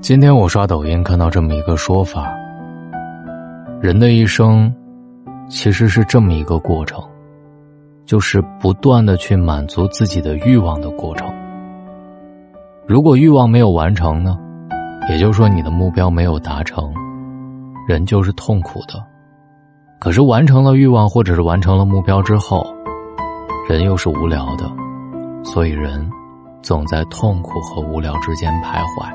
今天我刷抖音看到这么一个说法，人的一生其实是这么一个过程，就是不断的去满足自己的欲望的过程。如果欲望没有完成呢，也就是说你的目标没有达成，人就是痛苦的。可是完成了欲望或者是完成了目标之后，人又是无聊的，所以人总在痛苦和无聊之间徘徊。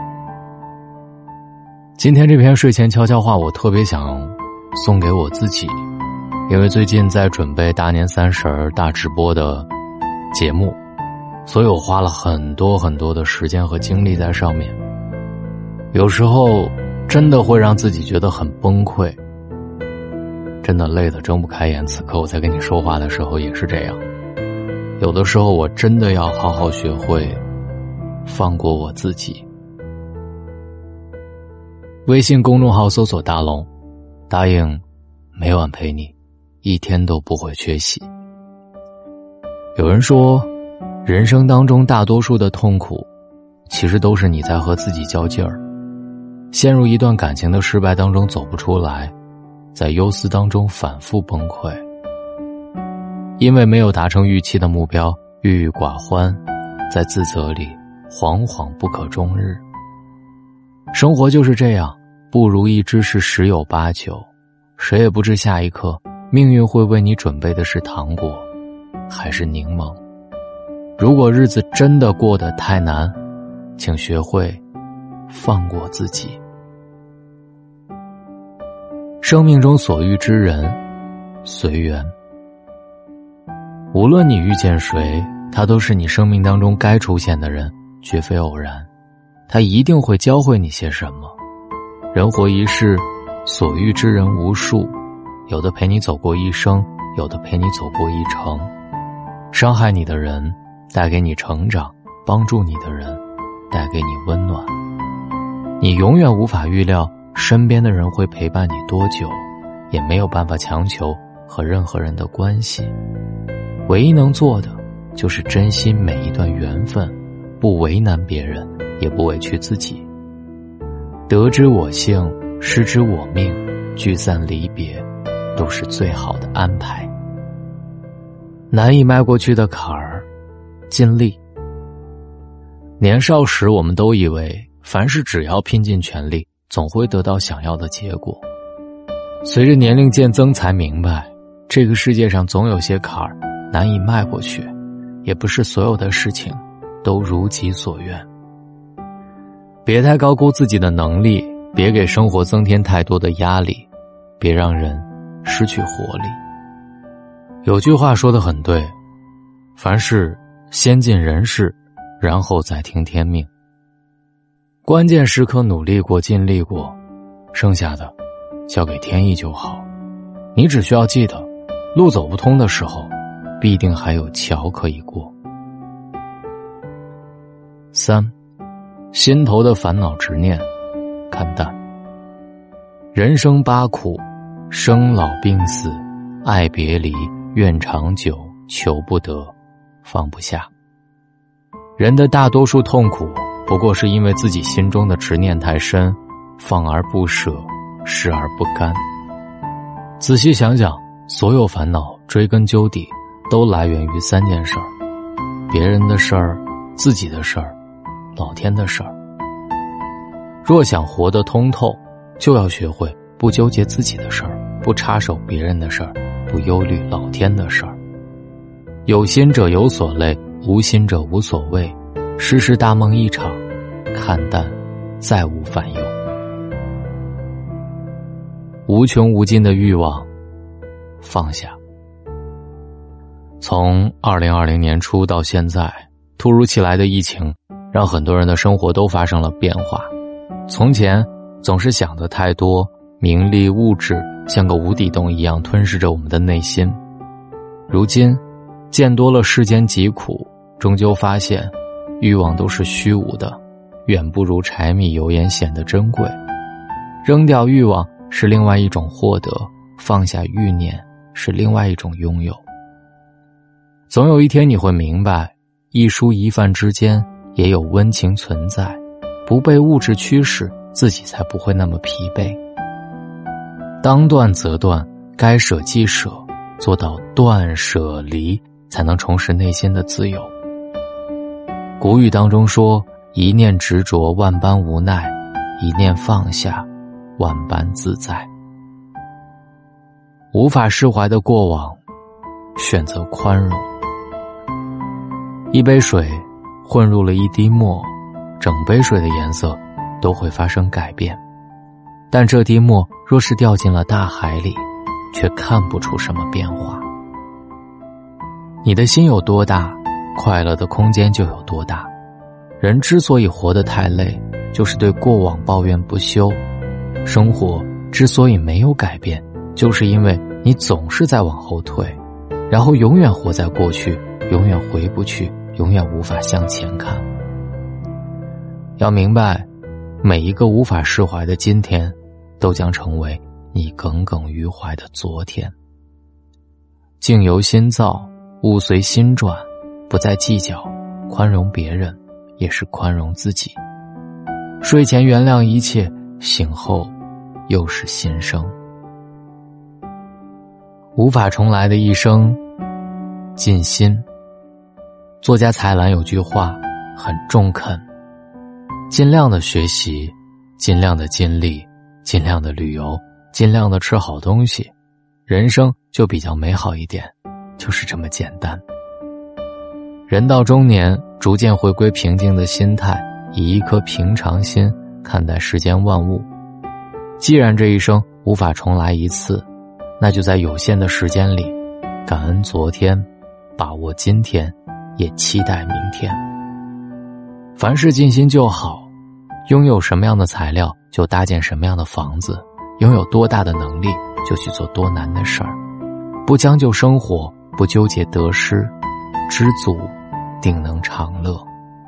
今天这篇睡前悄悄话我特别想送给我自己，因为最近在准备大年30大直播的节目，所以我花了很多的时间和精力在上面。有时候真的会让自己觉得很崩溃，真的累得睁不开眼。此刻我在跟你说话的时候也是这样。有的时候我真的要好好学会放过我自己。微信公众号搜索大龙，答应每晚陪你，一天都不会缺席。有人说，人生当中大多数的痛苦其实都是你在和自己较劲儿，陷入一段感情的失败当中走不出来，在忧思当中反复崩溃，因为没有达成预期的目标郁郁寡欢，在自责里惶惶不可终日。生活就是这样，不如意之事十有八九，谁也不知下一刻命运会为你准备的是糖果还是柠檬。如果日子真的过得太难，请学会放过自己。生命中所遇之人，随缘。无论你遇见谁，他都是你生命当中该出现的人，绝非偶然。他一定会教会你些什么。人活一世，所遇之人无数，有的陪你走过一生，有的陪你走过一程。伤害你的人带给你成长，帮助你的人带给你温暖。你永远无法预料身边的人会陪伴你多久，也没有办法强求和任何人的关系。唯一能做的就是珍惜每一段缘分，不为难别人，也不委屈自己。得之我幸，失之我命，聚散离别都是最好的安排。难以迈过去的坎儿，尽力。年少时我们都以为凡事只要拼尽全力，总会得到想要的结果。随着年龄渐增才明白，这个世界上总有些坎儿难以迈过去，也不是所有的事情都如己所愿。别太高估自己的能力，别给生活增添太多的压力，别让人失去活力。有句话说得很对，凡事先尽人事，然后再听天命。关键时刻努力过，尽力过，剩下的交给天意就好。你只需要记得，路走不通的时候，必定还有桥可以过。3，心头的烦恼执念看淡。人生八苦，生老病死，爱别离，愿长久，求不得，放不下。人的大多数痛苦不过是因为自己心中的执念太深，放而不舍，失而不甘。仔细想想，所有烦恼追根究底都来源于3件事儿：别人的事儿，自己的事儿，老天的事儿。若想活得通透，就要学会不纠结自己的事儿，不插手别人的事儿，不忧虑老天的事儿。有心者有所累，无心者无所谓。世事大梦一场，看淡，再无烦忧。无穷无尽的欲望，放下。从2020年初到现在，突如其来的疫情让很多人的生活都发生了变化。从前总是想得太多，名利物质像个无底洞一样吞噬着我们的内心。如今见多了世间疾苦，终究发现欲望都是虚无的，远不如柴米油盐显得珍贵。扔掉欲望是另外一种获得，放下欲念是另外一种拥有。总有一天你会明白，一蔬一饭之间也有温情存在， 不被物质驱使，自己才不会那么疲惫。当断则断，该舍即舍，做到断舍离，才能重拾内心的自由。古语当中说，一念执着，万般无奈；一念放下，万般自在。无法释怀的过往，选择宽容。一杯水混入了一滴墨，整杯水的颜色都会发生改变，但这滴墨若是掉进了大海里，却看不出什么变化。你的心有多大，快乐的空间就有多大。人之所以活得太累，就是对过往抱怨不休。生活之所以没有改变，就是因为你总是在往后退，然后永远活在过去，永远回不去，永远无法向前看。要明白，每一个无法释怀的今天，都将成为你耿耿于怀的昨天。境由心造，物随心转，不再计较，宽容别人，也是宽容自己。睡前原谅一切，醒后又是新生。无法重来的一生，尽心。作家蔡澜有句话很中肯：尽量的学习，尽量的尽力，尽量的旅游，尽量的吃好东西，人生就比较美好一点，就是这么简单。人到中年，逐渐回归平静的心态，以一颗平常心看待世间万物。既然这一生无法重来一次，那就在有限的时间里，感恩昨天，把握今天，也期待明天。凡事尽心就好，拥有什么样的材料就搭建什么样的房子，拥有多大的能力就去做多难的事儿，不将就生活，不纠结得失，知足定能长乐。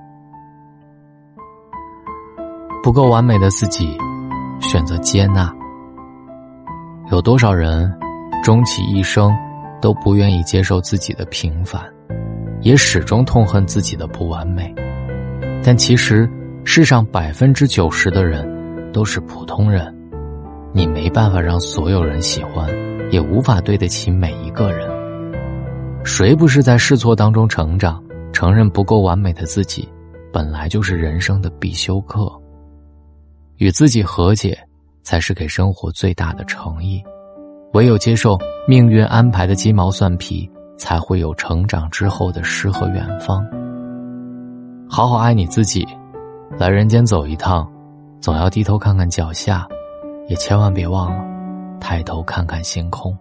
不够完美的自己，选择接纳。有多少人终其一生都不愿意接受自己的平凡，也始终痛恨自己的不完美。但其实世上90%的人都是普通人，你没办法让所有人喜欢，也无法对得起每一个人。谁不是在试错当中成长？承认不够完美的自己，本来就是人生的必修课。与自己和解，才是给生活最大的诚意。唯有接受命运安排的鸡毛蒜皮，才会有成长之后的诗和远方。好好爱你自己，来人间走一趟，总要低头看看脚下，也千万别忘了抬头看看星空。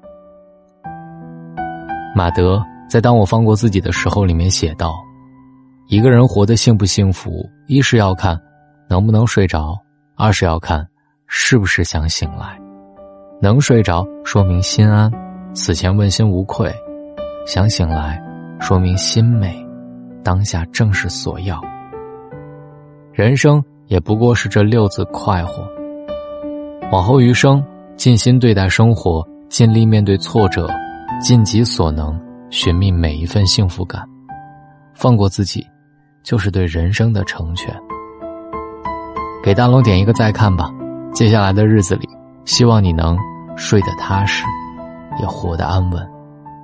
马德在《当我放过自己的时候》里面写道，一个人活得幸不幸福，一是要看能不能睡着，二是要看是不是想醒来。能睡着说明心安，死前问心无愧；想醒来说明心美，当下正是所要。人生也不过是这6字快活。往后余生，尽心对待生活，尽力面对挫折，尽己所能寻觅每一份幸福感。放过自己，就是对人生的成全。给大龙点一个再看吧，接下来的日子里，希望你能睡得踏实，也活得安稳。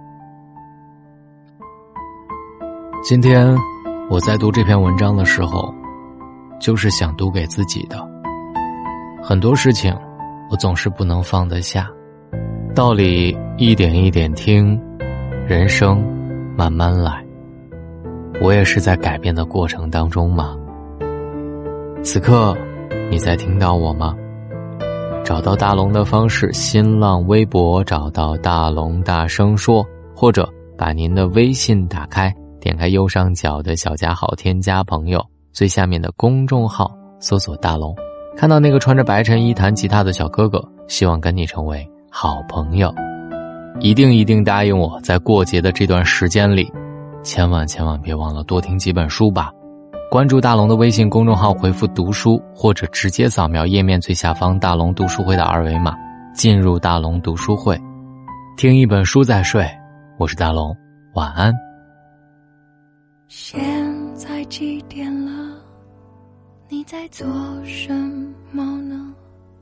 今天我在读这篇文章的时候，就是想读给自己的。很多事情我总是不能放得下，道理一点一点听，人生慢慢来。我也是在改变的过程当中嘛。此刻你在听到我吗？找到大龙的方式，新浪微博找到大龙大声说，或者把您的微信打开，点开右上角的小加号，添加朋友，最下面的公众号搜索大龙，看到那个穿着白衬衣弹吉他的小哥哥，希望跟你成为好朋友。一定答应我，在过节的这段时间里，千万别忘了多听几本书吧。关注大龙的微信公众号，回复读书，或者直接扫描页面最下方大龙读书会的2维码，进入大龙读书会，听一本书再睡。我是大龙，晚安。 现在几点了？ 你在做什么呢？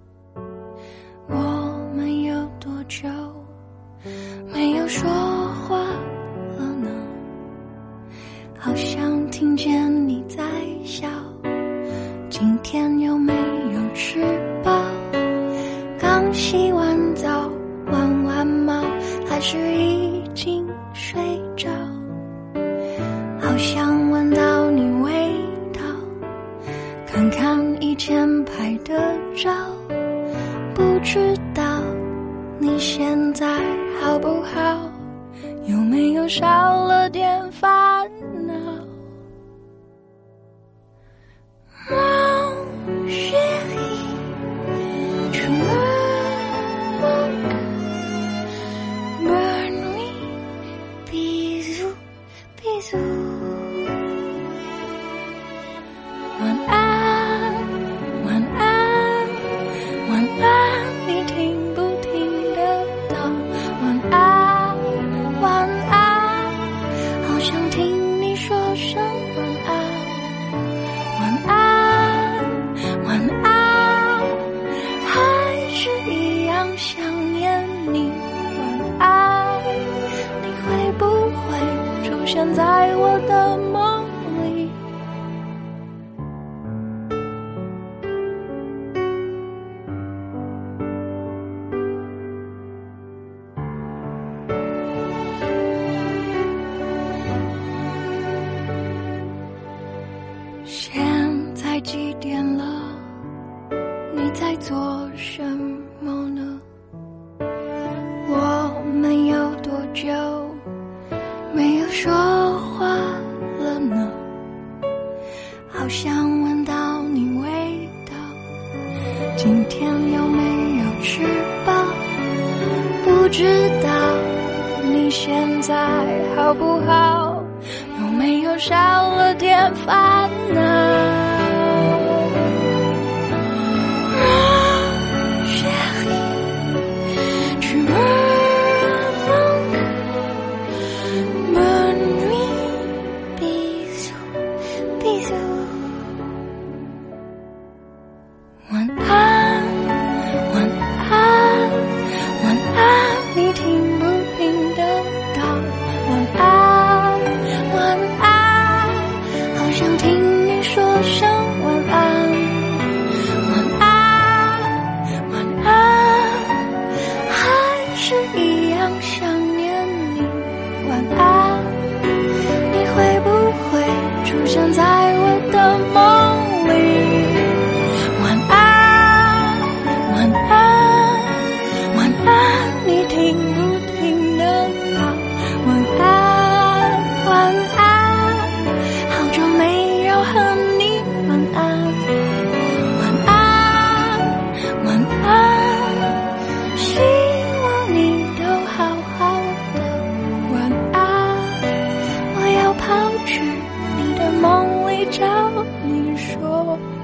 我们有多久没有说话了呢？好像听见你在笑，今天有没有吃饱？刚洗完澡，玩完猫，还是已经睡着？好想闻到你味道，看看以前拍的照，不知道你现在好不好？有没有少了点烦恼？Mon chéri, tu me manques. Bonne nuit, bisous, bisous. 晚安，晚安，晚安，你听不听得到？晚安，晚安，好想听你说声晚安。晚安，晚安，还是一样想念你。晚安，你会不会出现在我的梦里？现在几点了？你在做什么呢？我们有多久没有说话了呢？好想闻到你味道，今天有没有吃饱？不知道你现在好不好？有没有少了点烦恼？Mon chéri, tu me manques. Bonne nuit, bisous, bisous. 晚安，晚安，晚安，你听不听得到？晚安，晚安，好想听你说声晚安。晚安，晚安，还是一样想念你。晚安，你会不会出现在我的梦里？晚安，晚安，晚安，你听不听得到？晚安，晚安，好久没有和你晚安。晚安，晚安，希望你都好好的。晚安，我要跑去你的梦里找你说